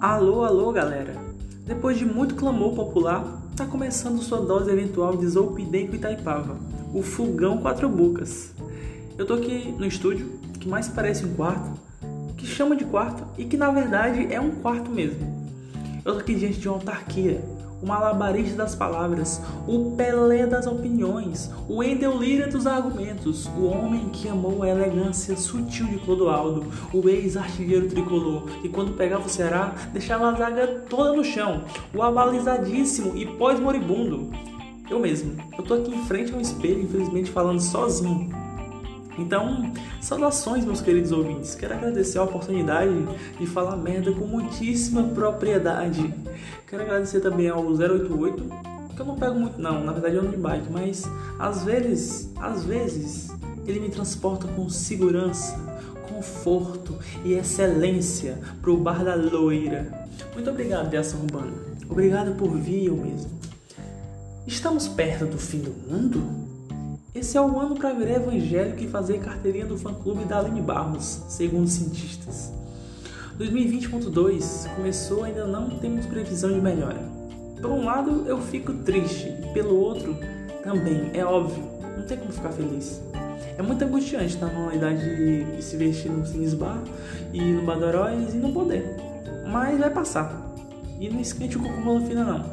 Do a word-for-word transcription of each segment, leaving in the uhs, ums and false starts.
Alô, alô, galera! Depois de muito clamor popular, tá começando sua dose eventual de Zolpidem Itaipava, o Fogão Quatro Bocas. Eu tô aqui no estúdio, que mais parece um quarto, que chama de quarto e que na verdade é um quarto mesmo. Eu tô aqui diante de uma autarquia, o malabarista das palavras, o Pelé das opiniões, o Wendel Lira dos argumentos, o homem que amou a elegância sutil de Clodoaldo, o ex-artilheiro tricolor, que quando pegava o Ceará, deixava a zaga toda no chão, o abalizadíssimo e pós-moribundo. Eu mesmo, eu tô aqui em frente ao espelho, infelizmente falando sozinho. Então, saudações, meus queridos ouvintes. Quero agradecer a oportunidade de falar merda com muitíssima propriedade. Quero agradecer também ao zero oito oito, que eu não pego muito não, na verdade eu ando de bike, mas às vezes, às vezes, ele me transporta com segurança, conforto e excelência pro Bar da Loira. Muito obrigado, Viação Urbana. Obrigado por vir eu mesmo. Estamos perto do fim do mundo? Esse é o ano para virar evangélico e fazer carteirinha do fã-clube da Aline Barros, segundo cientistas. dois mil e vinte ponto dois começou, ainda não temos previsão de melhora. Por um lado, eu fico triste, e pelo outro, também, é óbvio, não tem como ficar feliz. É muito angustiante estar numa idade de se vestir no Cines Bar e no Bar do Heróis e não poder. Mas vai passar. E não esquente o coco rolo fina, não.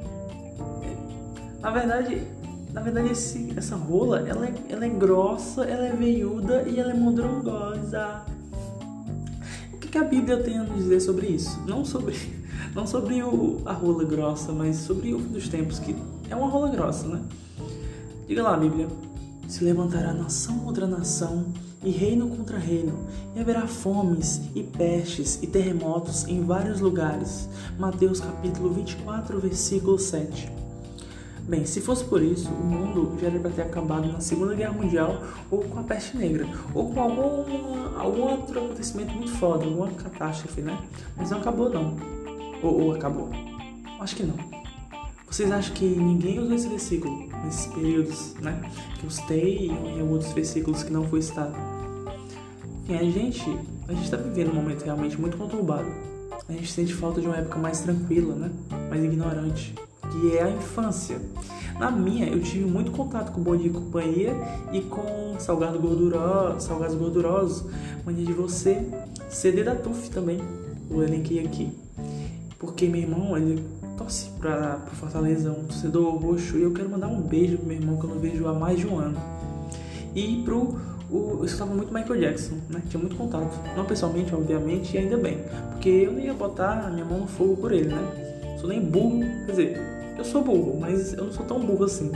Na verdade... Na verdade, esse, essa rola, ela é, ela é grossa, ela é veiuda e ela é modrongosa. O que, que a Bíblia tem a nos dizer sobre isso? Não sobre, não sobre o, a rola grossa, mas sobre o fim dos tempos, que é uma rola grossa, né? Diga lá, Bíblia. Se levantará nação contra nação e reino contra reino, e haverá fomes e pestes e terremotos em vários lugares. Mateus capítulo vinte e quatro, versículo sete. Bem, se fosse por isso, o mundo já era para ter acabado na Segunda Guerra Mundial ou com a peste negra, ou com algum, algum outro acontecimento muito foda, alguma catástrofe, né? Mas não acabou não. Ou, ou acabou? Acho que não. Vocês acham que ninguém usou esse versículo nesses períodos, né? Que eu citei e outros versículos que não foi citado. Enfim, a gente a gente está vivendo um momento realmente muito conturbado. A gente sente falta de uma época mais tranquila, né? Mais ignorante, que é a infância. Na minha, eu tive muito contato com Bom Dia e Companhia e com Salgado Gorduroso, Salgados Gordurosos, Mania de Você, C D da T U F também, o elenquei aqui. Porque meu irmão, ele torce para pro Fortaleza, um torcedor roxo, e eu quero mandar um beijo pro meu irmão que eu não vejo há mais de um ano. E pro o, eu escutava muito Michael Jackson, né? Tinha muito contato. Não pessoalmente, obviamente, e ainda bem. Porque eu não ia botar a minha mão no fogo por ele, né? Sou nem burro, quer dizer, eu sou burro, mas eu não sou tão burro assim.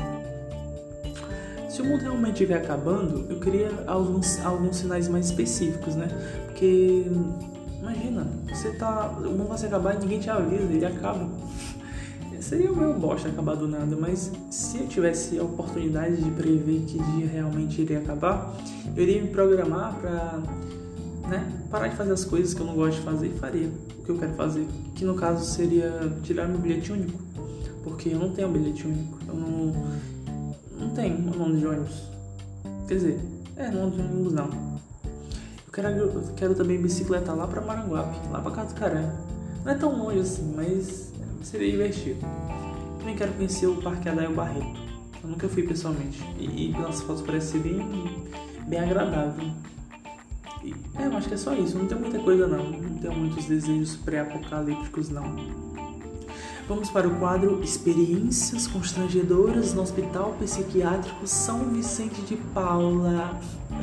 Se o mundo realmente estiver acabando, eu queria alguns, alguns sinais mais específicos, né? Porque, imagina, você tá, o mundo vai se acabar e ninguém te avisa, ele acaba. Seria o meu bosta acabar do nada, mas se eu tivesse a oportunidade de prever que dia realmente iria acabar, eu iria me programar pra, né, parar de fazer as coisas que eu não gosto de fazer e faria o que eu quero fazer, que no caso seria tirar meu bilhete único, porque eu não tenho bilhete único, eu não, não tenho um nome de ônibus, quer dizer, é, não de ônibus não. Eu quero, eu quero também bicicleta lá pra Maranguape, lá pra Catucaré, não é tão longe assim, mas seria divertido. Também quero conhecer o Parque Adair Barreto, eu nunca fui pessoalmente, e, e pelas fotos parece ser bem, bem agradável. É, eu acho que é só isso, não tem muita coisa não, não tenho muitos desejos pré-apocalípticos não. Vamos para o quadro Experiências Constrangedoras no Hospital Psiquiátrico São Vicente de Paula.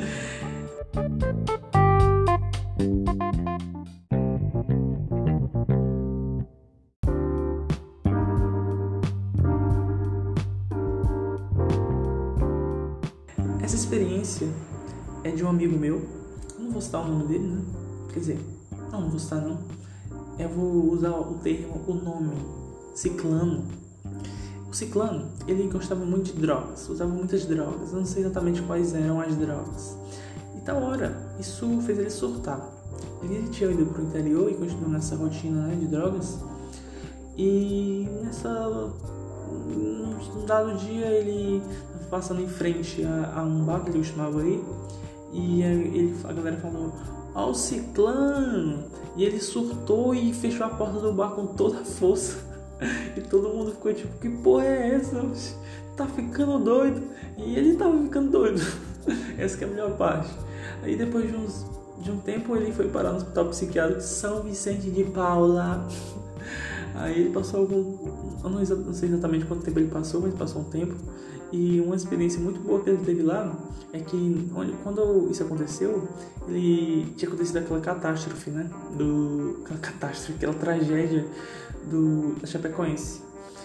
Essa experiência é de um amigo meu. Não vou citar o nome dele, né? Quer dizer, não, não vou citar não. Eu vou usar o termo, o nome, Ciclano. O Ciclano, ele gostava muito de drogas, usava muitas drogas. Eu não sei exatamente quais eram as drogas. E tal hora, isso fez ele surtar. Ele tinha ido pro interior e continuou nessa rotina, né, de drogas. E nessa... num dado dia, ele passando em frente a, a um bar que ele costumava ir. E ele, a galera falou: ó o Ciclano, E ele surtou e fechou a porta do bar com toda a força. E todo mundo ficou tipo, que porra é essa? Tá ficando doido. E ele tava ficando doido. Essa que é a melhor parte. Aí depois de, uns, de um tempo ele foi parar no hospital psiquiátrico de São Vicente de Paula. Aí ele passou algum... Eu não, não sei exatamente quanto tempo ele passou, mas passou um tempo. E uma experiência muito boa que ele teve lá é que quando isso aconteceu, ele tinha acontecido aquela catástrofe, né? Do, aquela catástrofe, aquela tragédia do, da Chapecoense.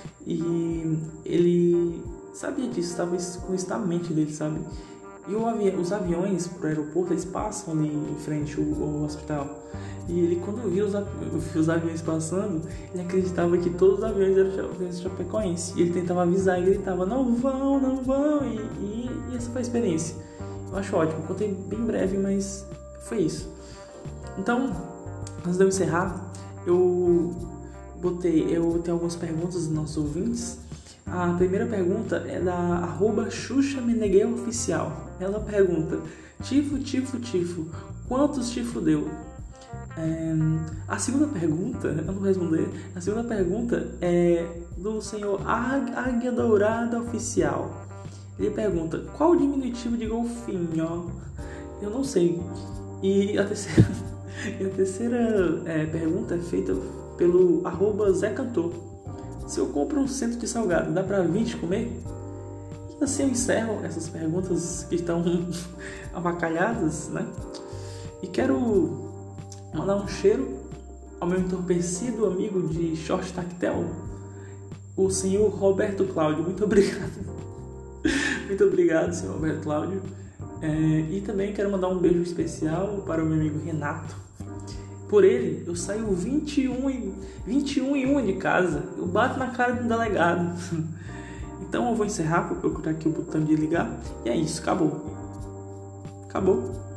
E ele sabia disso, estava com isso na mente dele, sabe? E o avi- os aviões pro aeroporto, eles passam ali em frente ao, ao hospital. E ele, quando viu os, avi- os aviões passando, ele acreditava que todos os aviões eram aviões Chapecoense. E ele tentava avisar e gritava, não vão, não vão. E, e, e essa foi a experiência. Eu acho ótimo, contei bem breve, mas foi isso. Então, antes de eu encerrar, eu botei, eu tenho algumas perguntas dos nossos ouvintes. A primeira pergunta é da arroba Xuxa Meneghel Oficial. Ela pergunta, tifo, tifo, tifo, quantos tifo deu? É, a segunda pergunta, eu não vou responder, a segunda pergunta é do senhor Águia Dourada Oficial. Ele pergunta, qual o diminutivo de golfinho? Eu não sei. E a terceira, e a terceira é, pergunta é feita pelo arroba Zé Cantor. Se eu compro um centro de salgado, dá pra vinte comer? E assim eu encerro essas perguntas que estão avacalhadas, né? E quero mandar um cheiro ao meu entorpecido amigo de short tactel, o senhor Roberto Cláudio. Muito obrigado. Muito obrigado, senhor Roberto Cláudio. É, e também quero mandar um beijo especial para o meu amigo Renato. Por ele, eu saio vinte e um e, vinte e um e uma de casa. Eu bato na cara de um delegado. Então eu vou encerrar, vou procurar aqui o botão de ligar. E é isso, acabou. Acabou.